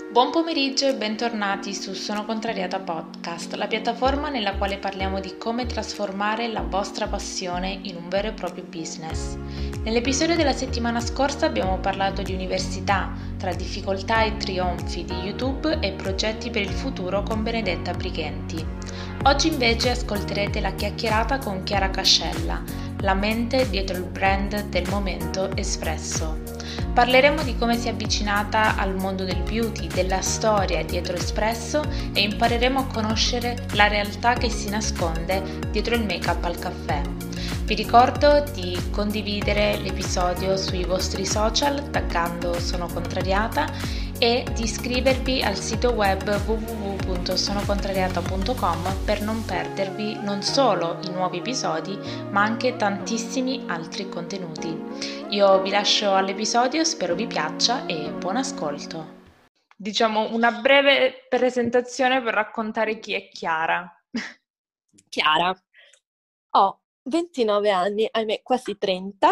Buon pomeriggio e bentornati su Sono Contrariata Podcast, la piattaforma nella quale parliamo di come trasformare la vostra passione in un vero e proprio business. Nell'episodio della settimana scorsa abbiamo parlato di università, tra difficoltà e trionfi, di YouTube e progetti per il futuro con Benedetta Brighenti. Oggi invece ascolterete la chiacchierata con Chiara Cascella, la mente dietro il brand del momento Espresso. Parleremo di come si è avvicinata al mondo del beauty, della storia dietro Espresso e impareremo a conoscere la realtà che si nasconde dietro il make-up al caffè. Vi ricordo di condividere l'episodio sui vostri social taggando Sono Contrariata e di iscrivervi al sito web www.sonocontrariata.com per non perdervi non solo i nuovi episodi ma anche tantissimi altri contenuti. Io vi lascio all'episodio, spero vi piaccia e buon ascolto. Diciamo una breve presentazione per raccontare chi è Chiara. Chiara, ho 29 anni, ahimè quasi 30,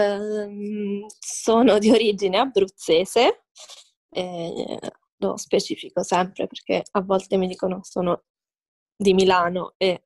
sono di origine abruzzese, lo specifico sempre perché a volte mi dicono sono di Milano e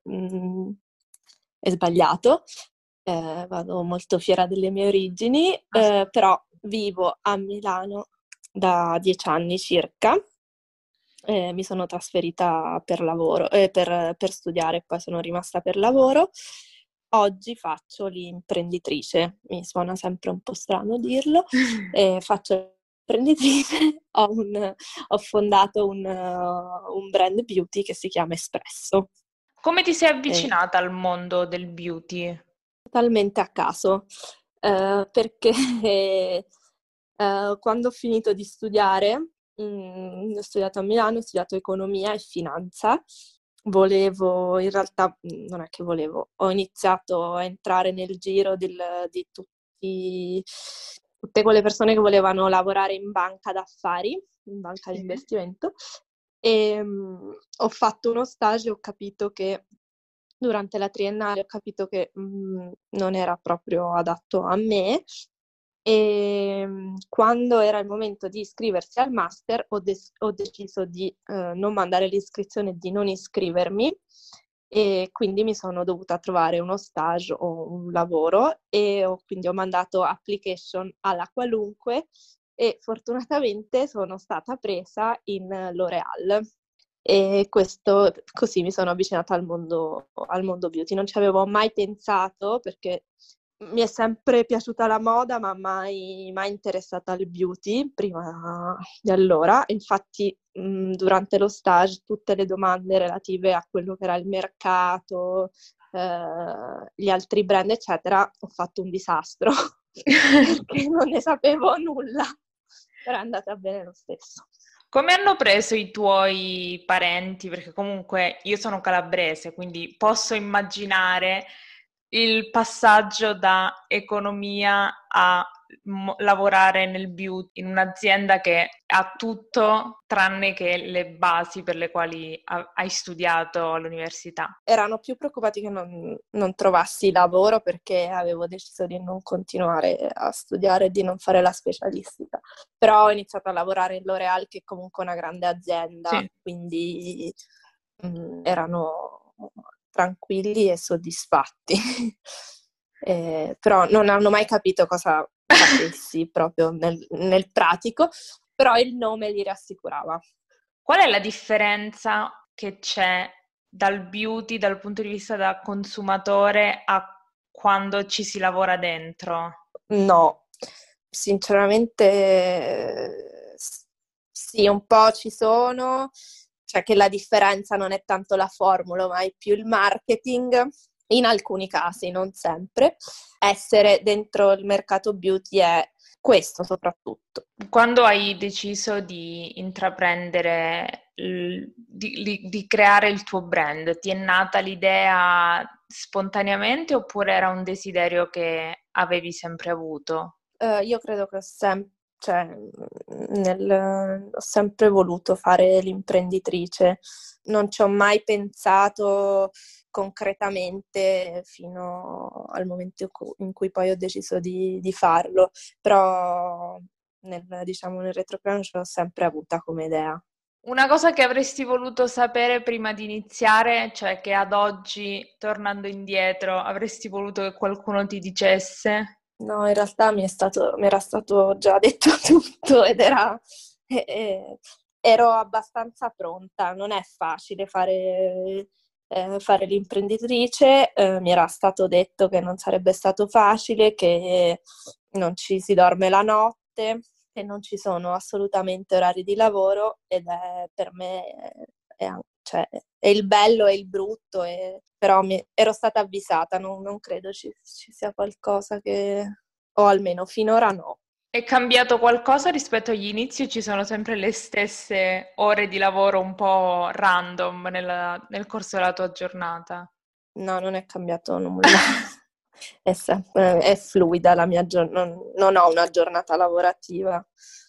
è sbagliato. Vado molto fiera delle mie origini, però vivo a Milano da 10 anni circa. Mi sono trasferita per lavoro, per studiare, poi sono rimasta per lavoro. Oggi faccio l'imprenditrice, mi suona sempre un po' strano dirlo, faccio l'imprenditrice, ho fondato un brand beauty che si chiama Espresso. Come ti sei Eh, avvicinata al mondo del beauty? Totalmente a caso, perché quando ho finito di studiare, ho studiato a Milano, ho studiato economia e finanza. Volevo, in realtà, non è che volevo, ho iniziato a entrare nel giro di tutte quelle persone che volevano lavorare in banca d'affari, in banca di Sì. investimento, e ho fatto uno stage e ho capito che durante la triennale ho capito che non era proprio adatto a me e quando era il momento di iscriversi al master ho deciso di non mandare l'iscrizione e di non iscrivermi e quindi mi sono dovuta trovare uno stage o un lavoro e quindi ho mandato application alla qualunque e fortunatamente sono stata presa in L'Oréal. E questo così mi sono avvicinata al mondo beauty. Non ci avevo mai pensato perché mi è sempre piaciuta la moda, ma mai interessata al beauty prima di allora. Infatti, durante lo stage, tutte le domande relative a quello che era il mercato, gli altri brand, eccetera, ho fatto un disastro perché non ne sapevo nulla, però è andata bene lo stesso. Come hanno preso i tuoi parenti? Perché comunque io sono calabrese, quindi posso immaginare il passaggio da economia a lavorare nel beauty in un'azienda che ha tutto tranne che le basi per le quali hai studiato all'università. Erano più preoccupati che non trovassi lavoro perché avevo deciso di non continuare a studiare e di non fare la specialistica. Però ho iniziato a lavorare in L'Oréal, che è comunque una grande azienda, Sì. quindi erano tranquilli e soddisfatti. Però non hanno mai capito cosa facessi proprio nel pratico, però il nome li rassicurava. Qual è la differenza che c'è dal beauty dal punto di vista da consumatore a quando ci si lavora dentro? No, sinceramente sì, un po' ci sono, cioè che la differenza non è tanto la formula, ma è più il marketing, in alcuni casi, non sempre. Essere dentro il mercato beauty è questo soprattutto. Quando hai deciso di intraprendere, di creare il tuo brand, ti è nata l'idea spontaneamente oppure era un desiderio che avevi sempre avuto? Io credo che cioè, ho sempre voluto fare l'imprenditrice, non ci ho mai pensato concretamente fino al momento in cui poi ho deciso di farlo, però diciamo, nel retrocrano ce l'ho sempre avuta come idea. Una cosa che avresti voluto sapere prima di iniziare, cioè che ad oggi, tornando indietro, avresti voluto che qualcuno ti dicesse? No, in realtà mi era stato già detto tutto ero abbastanza pronta. Non è facile fare l'imprenditrice, mi era stato detto che non sarebbe stato facile, che non ci si dorme la notte, che non ci sono assolutamente orari di lavoro ed è per me cioè, è il bello e il brutto, però ero stata avvisata, non credo ci sia qualcosa o almeno finora no. È cambiato qualcosa rispetto agli inizi o ci sono sempre le stesse ore di lavoro un po' random nel corso della tua giornata? No, non è cambiato nulla. È fluida la mia giornata, non ho una giornata lavorativa.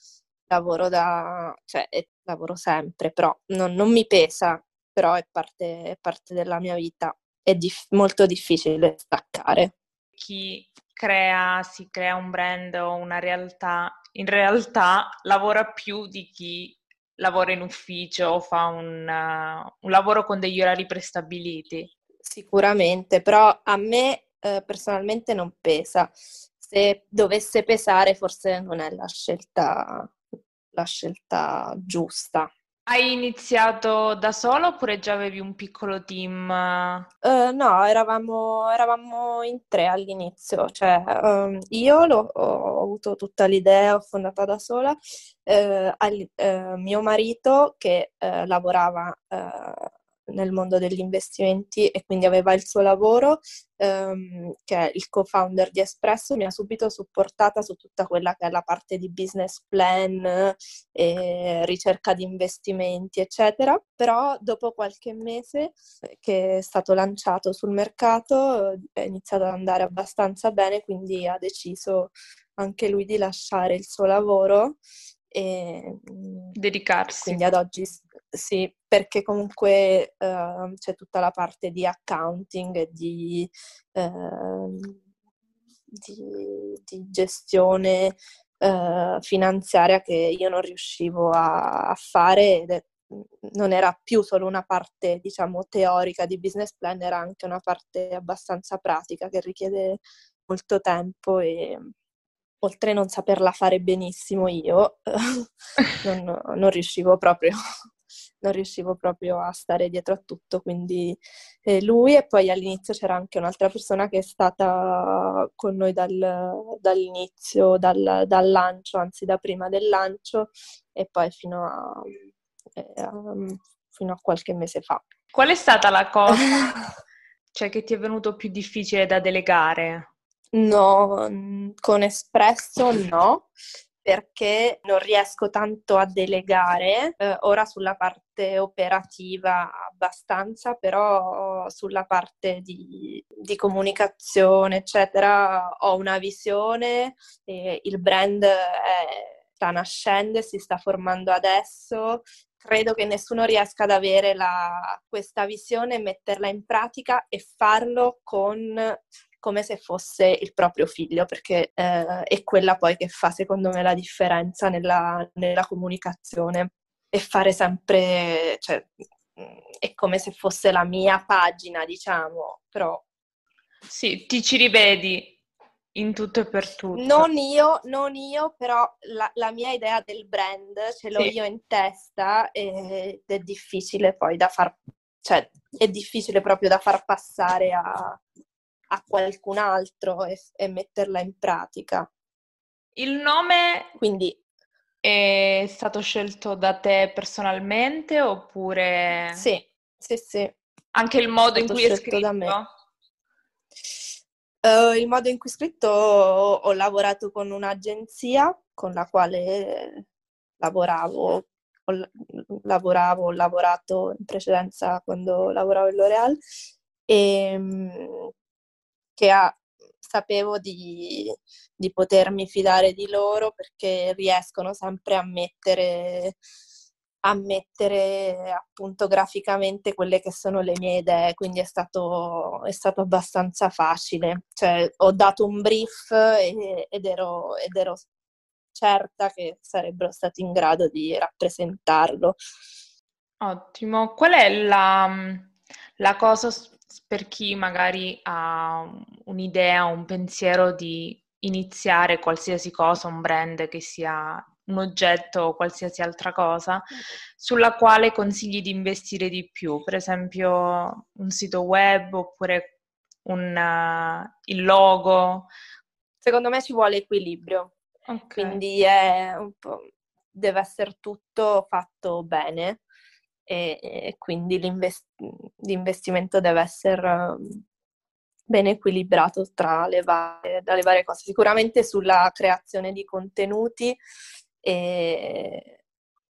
Cioè, lavoro sempre, però non mi pesa, però è parte della mia vita. È molto difficile staccare. Chi si crea un brand o una realtà, in realtà lavora più di chi lavora in ufficio o fa un lavoro con degli orari prestabiliti. Sicuramente, però a me personalmente non pesa. Se dovesse pesare, forse non è la scelta giusta. Hai iniziato da sola oppure già avevi un piccolo team? No, eravamo in tre all'inizio, cioè io ho avuto tutta l'idea, ho fondata da sola, mio marito che lavorava nel mondo degli investimenti e quindi aveva il suo lavoro, che è il co-founder di Espresso, mi ha subito supportata su tutta quella che è la parte di business plan, ricerca di investimenti, eccetera. Però dopo qualche mese che è stato lanciato sul mercato è iniziato ad andare abbastanza bene, quindi ha deciso anche lui di lasciare il suo lavoro e Dedicarsi. quindi ad oggi sì, perché comunque c'è tutta la parte di accounting e di gestione finanziaria che io non riuscivo a fare non era più solo una parte, diciamo, teorica di business plan, era anche una parte abbastanza pratica che richiede molto tempo e oltre a non saperla fare benissimo io, non riuscivo proprio, non riuscivo proprio a stare dietro a tutto, quindi lui e poi all'inizio c'era anche un'altra persona che è stata con noi dall'inizio, dal lancio, anzi da prima del lancio e poi fino a qualche mese fa. Qual è stata la cosa, cioè, che ti è venuto più difficile da delegare? No, con Espresso no, perché non riesco tanto a delegare, ora sulla parte operativa abbastanza, però sulla parte di comunicazione, eccetera, ho una visione, il brand sta nascendo e si sta formando adesso. Credo che nessuno riesca ad avere questa visione, metterla in pratica e farlo come se fosse il proprio figlio, perché è quella poi che fa, secondo me, la differenza nella comunicazione. E fare sempre, cioè, è come se fosse la mia pagina, diciamo, però Sì, ti ci rivedi in tutto e per tutto. non io, però la mia idea del brand ce l'ho Sì. io in testa ed è difficile poi cioè è difficile proprio da far passare a qualcun altro e metterla in pratica. Il nome Quindi è stato scelto da te personalmente oppure sì, sì, sì, è anche il modo in stato cui è scelto da me. scritto? Il modo in cui ho scritto, ho lavorato con un'agenzia con la quale lavoravo, ho lavorato in precedenza quando lavoravo in L'Oréal e sapevo di potermi fidare di loro perché riescono sempre a mettere appunto graficamente quelle che sono le mie idee, quindi è stato abbastanza facile. Cioè, ho dato un brief ed ero certa che sarebbero stati in grado di rappresentarlo. Ottimo. Qual è la cosa per chi magari ha un'idea, un pensiero di iniziare qualsiasi cosa, un brand che sia un oggetto o qualsiasi altra cosa, sulla quale consigli di investire di più? Per esempio un sito web oppure il logo? Secondo me ci vuole equilibrio, Ok. quindi è un po', deve essere tutto fatto bene e quindi l'investimento deve essere ben equilibrato dalle varie cose. Sicuramente sulla creazione di contenuti e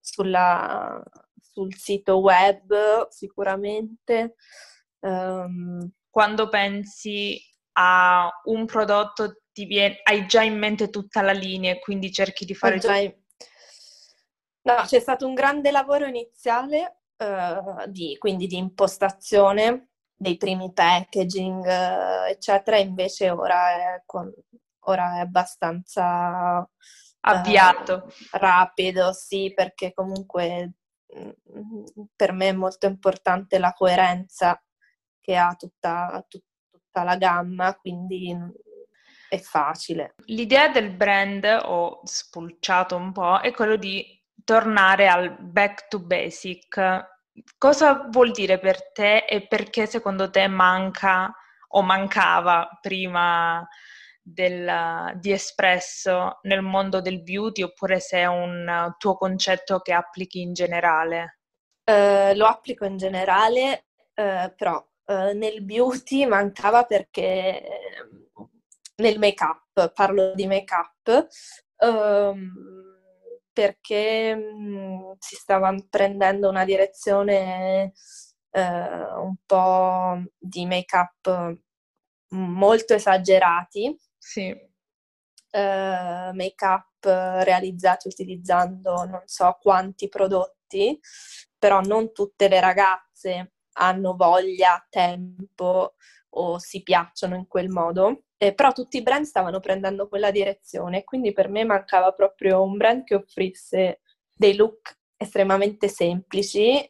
sul sito web, sicuramente. Quando pensi a un prodotto, hai già in mente tutta la linea e quindi cerchi di Ho fare già... No, c'è stato un grande lavoro iniziale, quindi di impostazione dei primi packaging, eccetera, invece ora è abbastanza avviato. rapido, sì, perché comunque per me è molto importante la coerenza che ha tutta la gamma, quindi è facile. L'idea del brand, ho spulciato un po', è quello di tornare al back to basic. Cosa vuol dire per te e perché secondo te manca o mancava prima di Espresso nel mondo del beauty, oppure se è un tuo concetto che applichi in generale? Lo applico in generale, però nel beauty mancava perché nel make-up, parlo di make-up, perché si stava prendendo una direzione un po' di make-up molto esagerati, Sì. make-up realizzati utilizzando non so quanti prodotti, però non tutte le ragazze hanno voglia, tempo o si piacciono in quel modo. Però tutti i brand stavano prendendo quella direzione, quindi per me mancava proprio un brand che offrisse dei look estremamente semplici.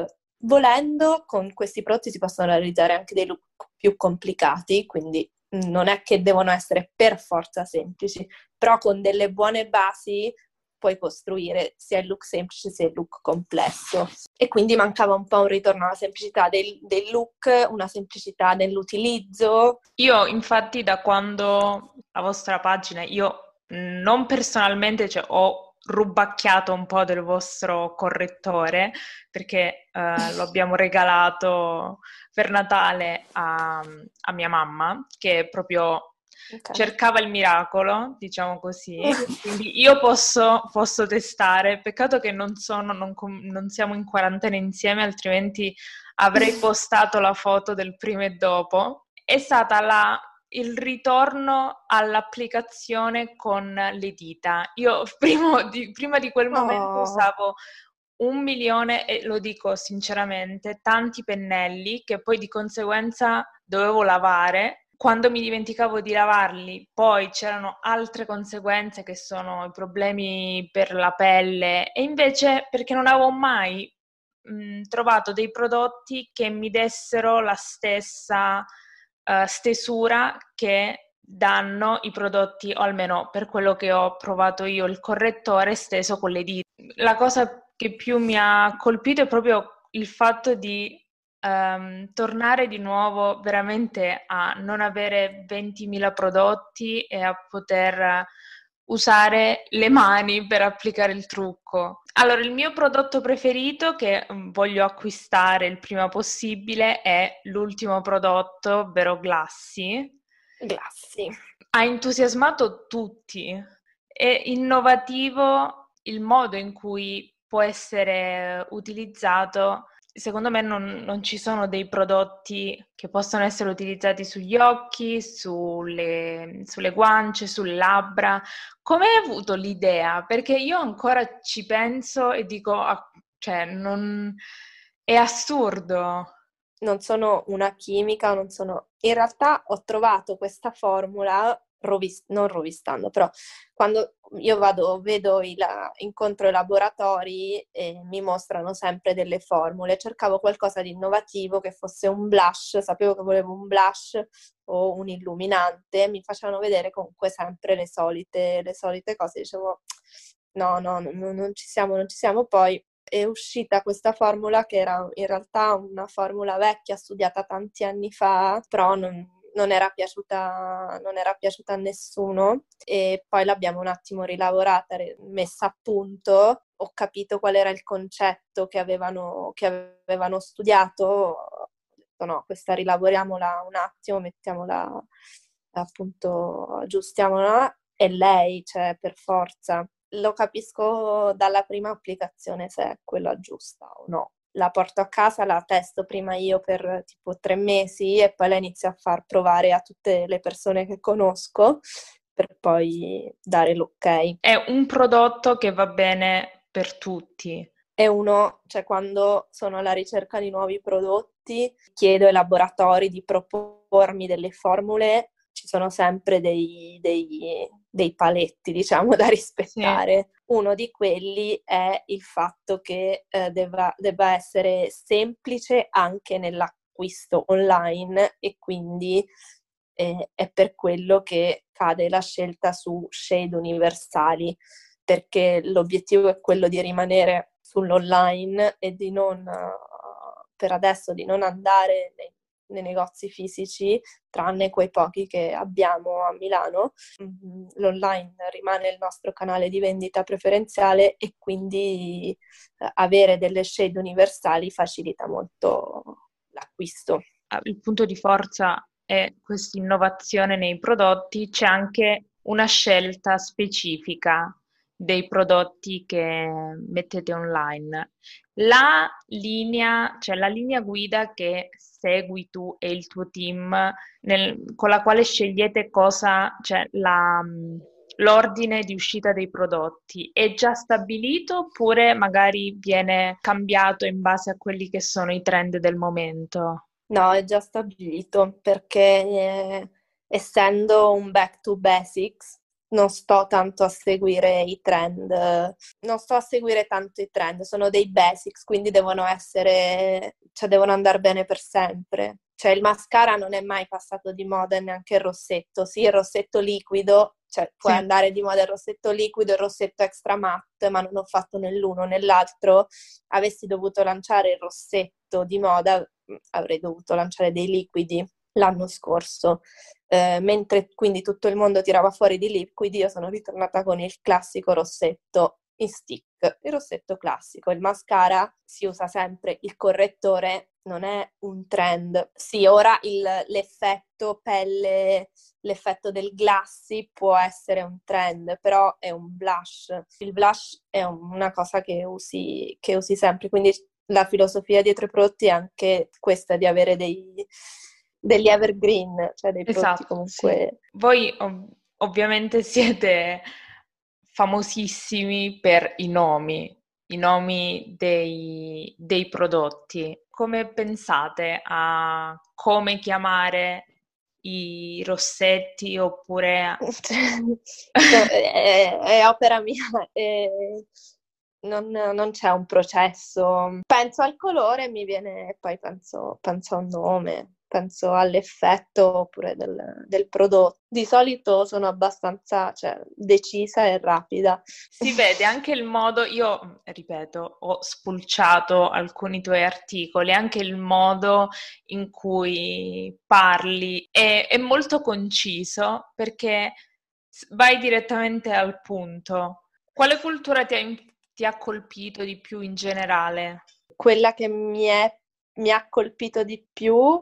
Volendo, con questi prodotti si possono realizzare anche dei look più complicati, quindi non è che devono essere per forza semplici, però con delle buone basi puoi costruire sia il look semplice sia il look complesso. E quindi mancava un po' un ritorno alla semplicità del look, una semplicità nell'utilizzo. Io infatti da quando la vostra pagina, io non personalmente, cioè, ho rubacchiato un po' del vostro correttore perché lo abbiamo regalato per Natale a mia mamma che proprio Okay. cercava il miracolo, diciamo così. Quindi io posso testare, peccato che non siamo in quarantena insieme, altrimenti avrei postato la foto del prima e dopo. È stata il ritorno all'applicazione con le dita. Io prima di quel momento Oh. usavo 1 milione, e lo dico sinceramente, tanti pennelli che poi di conseguenza dovevo lavare. Quando mi dimenticavo di lavarli, poi c'erano altre conseguenze che sono i problemi per la pelle e invece perché non avevo mai trovato dei prodotti che mi dessero la stessa stesura che danno i prodotti, o almeno per quello che ho provato io, il correttore steso con le dita. La cosa che più mi ha colpito è proprio il fatto di tornare di nuovo veramente a non avere 20.000 prodotti e a poter usare le mani per applicare il trucco. Allora, il mio prodotto preferito che voglio acquistare il prima possibile è l'ultimo prodotto, ovvero Glassy. Glassi. Ha entusiasmato tutti. È innovativo il modo in cui può essere utilizzato. Secondo me non ci sono dei prodotti che possono essere utilizzati sugli occhi, sulle guance, sulle labbra. Come hai avuto l'idea? Perché io ancora ci penso e dico, cioè, non... è assurdo. Non sono una chimica, non sono... In realtà ho trovato questa formula non rovistando, però quando io incontro i laboratori e mi mostrano sempre delle formule, cercavo qualcosa di innovativo che fosse un blush, sapevo che volevo un blush o un illuminante, mi facevano vedere comunque sempre le solite cose, dicevo no, non ci siamo, non ci siamo. Poi è uscita questa formula che era in realtà una formula vecchia, studiata tanti anni fa, però non era piaciuta a nessuno, e poi l'abbiamo un attimo rilavorata, messa a punto, ho capito qual era il concetto che avevano studiato, ho detto no, questa rilavoriamola un attimo, mettiamola appunto, aggiustiamola, e lei, cioè per forza. Lo capisco dalla prima applicazione se è quella giusta o no. La porto a casa, la testo prima io per tipo 3 mesi e poi la inizio a far provare a tutte le persone che conosco per poi dare l'ok. È un prodotto che va bene per tutti. E uno, cioè quando sono alla ricerca di nuovi prodotti, chiedo ai laboratori di propormi delle formule, ci sono sempre dei paletti, diciamo, da Sì. rispettare. Uno di quelli è il fatto che debba essere semplice anche nell'acquisto online, e quindi è per quello che cade la scelta su shade universali, perché l'obiettivo è quello di rimanere sull'online e di non, per adesso, di non andare nei negozi fisici, tranne quei pochi che abbiamo a Milano. L'online rimane il nostro canale di vendita preferenziale, e quindi avere delle shade universali facilita molto l'acquisto. Il punto di forza è questa innovazione nei prodotti, c'è anche una scelta specifica dei prodotti che mettete online. Cioè la linea guida che segui tu e il tuo team, con la quale scegliete cioè l'ordine di uscita dei prodotti, è già stabilito oppure magari viene cambiato in base a quelli che sono i trend del momento? No, è già stabilito perché essendo un back to basics, non sto tanto a seguire i trend, non sto a seguire tanto i trend, sono dei basics, quindi devono andare bene per sempre. Cioè il mascara non è mai passato di moda, e neanche il rossetto. Sì, il rossetto liquido, cioè può Sì. andare di moda il rossetto liquido, il rossetto extra matte, ma non ho fatto né l'uno né l'altro. Avessi dovuto lanciare il rossetto di moda, avrei dovuto lanciare dei liquidi l'anno scorso, mentre quindi tutto il mondo tirava fuori di liquidi, io sono ritornata con il classico rossetto in stick, il rossetto classico. Il mascara si usa sempre, il correttore non è un trend. Sì, ora l'effetto pelle, l'effetto del glassy può essere un trend, però è un blush. Il blush è una cosa che usi sempre, quindi la filosofia dietro i prodotti è anche questa, di avere degli evergreen, cioè dei prodotti Esatto, sì. comunque. Voi ovviamente siete famosissimi per i nomi dei prodotti. Come pensate a come chiamare i rossetti oppure... È opera mia, non c'è un processo. Penso al colore e mi viene, poi penso a un nome, penso all'effetto oppure del prodotto. Di solito sono abbastanza, cioè, decisa e rapida. Si vede anche il modo, io ripeto, ho spulciato alcuni tuoi articoli, anche il modo in cui parli è molto conciso perché vai direttamente al punto. Quale cultura ti ha colpito di più in generale? Quella che mi ha colpito di più,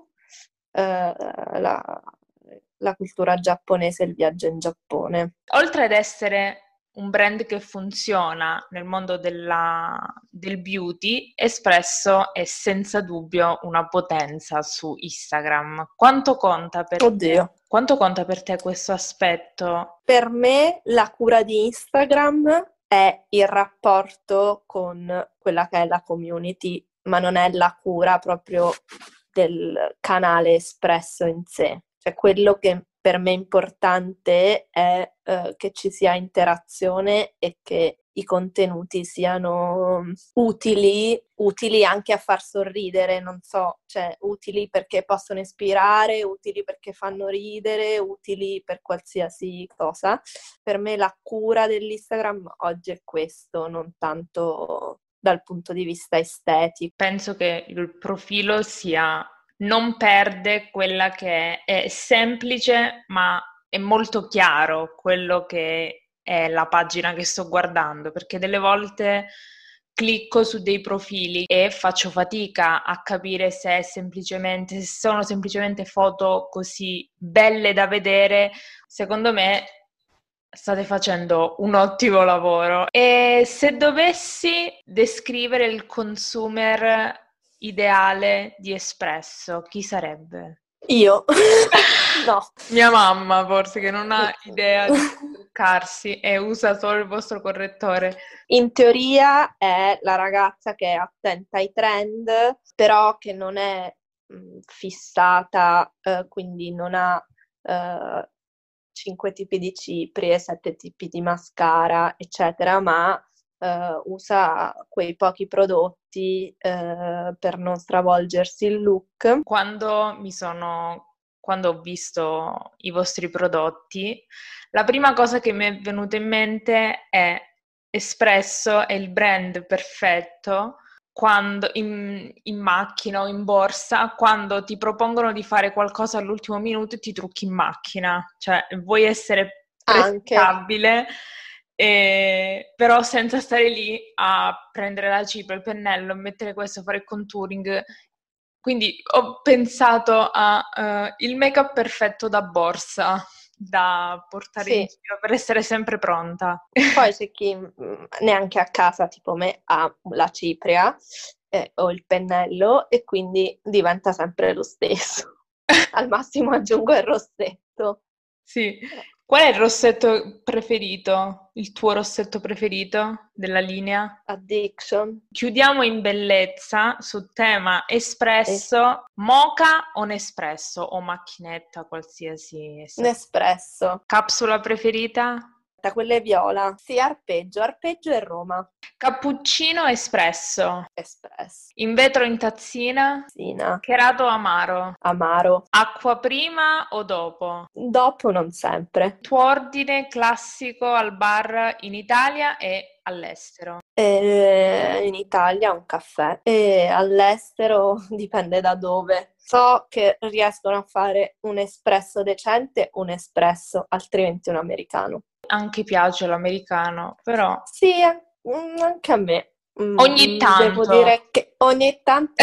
la cultura giapponese, il viaggio in Giappone. Oltre ad essere un brand che funziona nel mondo del beauty, Espresso è senza dubbio una potenza su Instagram. Oddio. Quanto conta per te questo aspetto? Per me la cura di Instagram è il rapporto con quella che è la community, ma non è la cura proprio del canale Espresso in sé. Cioè quello che per me importante è che ci sia interazione e che i contenuti siano utili anche a far sorridere, non so, cioè utili perché possono ispirare, utili perché fanno ridere, utili per qualsiasi cosa. Per me la cura dell'Instagram oggi è questo, non tanto dal punto di vista estetico. Penso che il profilo non perde quella che è semplice, ma è molto chiaro quello che è la pagina che sto guardando, perché delle volte clicco su dei profili e faccio fatica a capire se sono semplicemente foto così belle da vedere. Secondo me state facendo un ottimo lavoro. E se dovessi descrivere il consumer ideale di espresso, chi sarebbe? Io? No. Mia mamma, forse, che non ha idea di truccarsi e usa solo il vostro correttore. In teoria è la ragazza che è attenta ai trend, però che non è fissata, quindi non ha 5 tipi di cipria, 7 tipi di mascara, eccetera, ma usa quei pochi prodotti per non stravolgersi il look. Quando ho visto i vostri prodotti, la prima cosa che mi è venuta in mente è Espresso è il brand perfetto quando in macchina o in borsa, quando ti propongono di fare qualcosa all'ultimo minuto e ti trucchi in macchina, cioè vuoi essere presentabile, però senza stare lì a prendere la cipria, il pennello, mettere questo, fare il contouring. Quindi ho pensato a il make-up perfetto da borsa, da portare in giro per essere sempre pronta. Poi c'è chi neanche a casa, tipo me, ha la cipria o il pennello e quindi diventa sempre lo stesso. Al massimo aggiungo il rossetto. Sì. Qual è il rossetto preferito? Il tuo rossetto preferito della linea? Addiction. Chiudiamo in bellezza sul tema espresso, moka o Nespresso o macchinetta qualsiasi essa. Nespresso. Capsula preferita? Quella è viola. Sì, arpeggio e Roma. Cappuccino o espresso? Espresso. In vetro o in tazzina? Tazzina. Cherato o amaro? Amaro. Acqua prima o dopo? Dopo, non sempre. Tuo ordine classico al bar in Italia e all'estero? In Italia un caffè e all'estero dipende da dove. So che riescono a fare un espresso decente, un espresso, altrimenti un americano. Anche piace l'americano, però... Sì, anche a me. Ogni tanto. Devo dire che ogni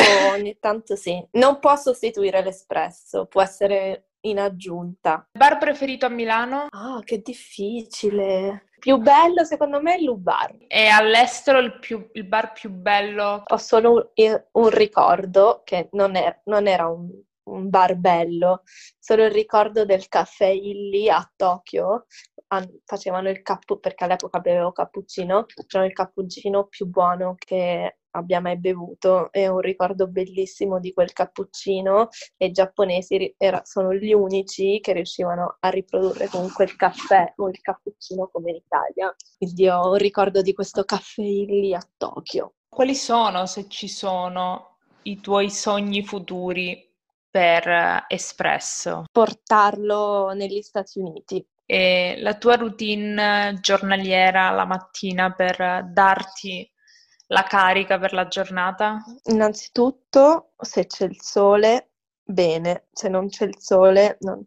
tanto sì. Non può sostituire l'espresso, può essere in aggiunta. Bar preferito a Milano? Ah, che difficile. Più bello secondo me è l'U-Bar. E all'estero il bar più bello? Ho solo un ricordo che non era un bar bello, solo il ricordo del caffè Illy a Tokyo. Facevano il perché all'epoca bevevo cappuccino, facevano il cappuccino più buono che abbia mai bevuto. È un ricordo bellissimo di quel cappuccino e i giapponesi sono gli unici che riuscivano a riprodurre comunque il caffè o il cappuccino come in Italia. Quindi ho un ricordo di questo caffè Illy a Tokyo. Quali sono, se ci sono, i tuoi sogni futuri per Espresso? Portarlo negli Stati Uniti. E la tua routine giornaliera la mattina per darti la carica per la giornata? Innanzitutto, se c'è il sole, bene, se non c'è il sole, non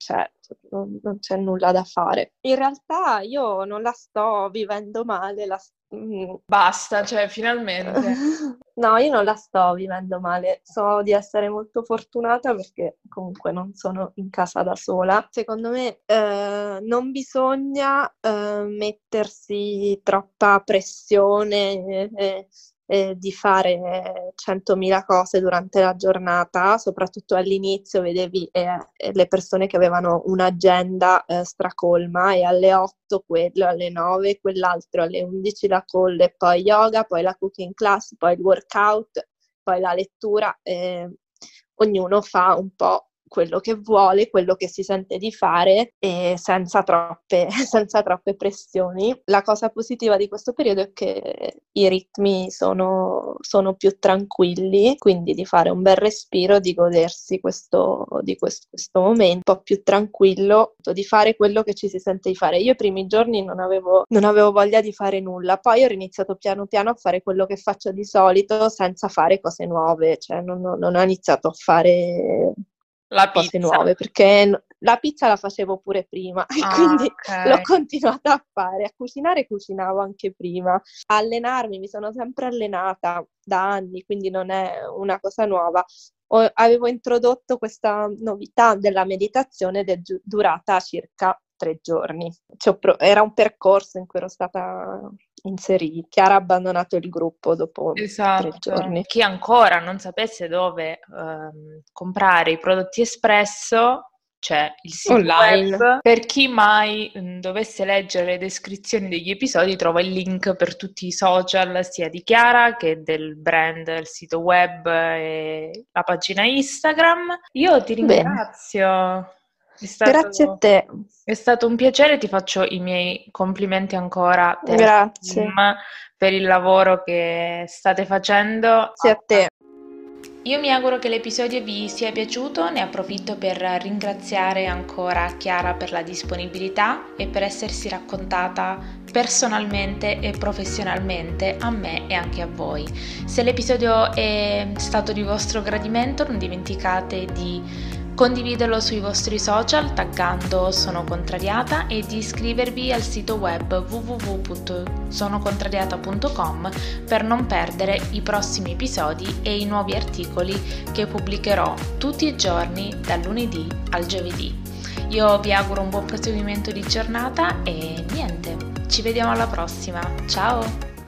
c'è nulla da fare. In realtà io non la sto vivendo male, Basta, cioè finalmente. No, io non la sto vivendo male, so di essere molto fortunata perché comunque non sono in casa da sola. Secondo me non bisogna mettersi troppa pressione di fare 100.000 cose durante la giornata, soprattutto all'inizio vedevi le persone che avevano un'agenda stracolma e alle 8 quello, alle 9 quell'altro, alle 11 la call e poi yoga, poi la cooking class, poi il workout, poi la lettura. Ognuno fa un po' quello che vuole, quello che si sente di fare e senza troppe, senza troppe pressioni. La cosa positiva di questo periodo è che i ritmi sono più tranquilli, quindi di fare un bel respiro, di godersi questo momento un po' più tranquillo, di fare quello che ci si sente di fare. Io i primi giorni non avevo voglia di fare nulla, poi ho iniziato piano piano a fare quello che faccio di solito senza fare cose nuove, cioè non ho iniziato a fare La cose pizza. nuove, perché la pizza la facevo pure prima e quindi l'ho Ok. continuata a fare. A cucinare cucinavo anche prima. A allenarmi, mi sono sempre allenata da anni, quindi non è una cosa nuova. Avevo introdotto questa novità della meditazione ed è durata circa 3 giorni. Era un percorso in cui ero stata inserita. Chiara ha abbandonato il gruppo dopo 3 giorni. Chi ancora non sapesse dove comprare i prodotti Espresso, c'è il sito Online. web. Per chi mai dovesse leggere le descrizioni degli episodi, trova il link per tutti i social, sia di Chiara che del brand, il sito web e la pagina Instagram. Io ti Bene. ringrazio. Grazie a te. È stato un piacere, ti faccio i miei complimenti ancora, te e al Grazie. team, per il lavoro che state facendo. Grazie a te. Io mi auguro che l'episodio vi sia piaciuto, ne approfitto per ringraziare ancora Chiara per la disponibilità e per essersi raccontata personalmente e professionalmente a me e anche a voi. Se l'episodio è stato di vostro gradimento, non dimenticate di condividerlo sui vostri social taggando Sono Contrariata e di iscrivervi al sito web www.sonocontrariata.com per non perdere i prossimi episodi e i nuovi articoli che pubblicherò tutti i giorni dal lunedì al giovedì. Io vi auguro un buon proseguimento di giornata e niente, ci vediamo alla prossima, ciao!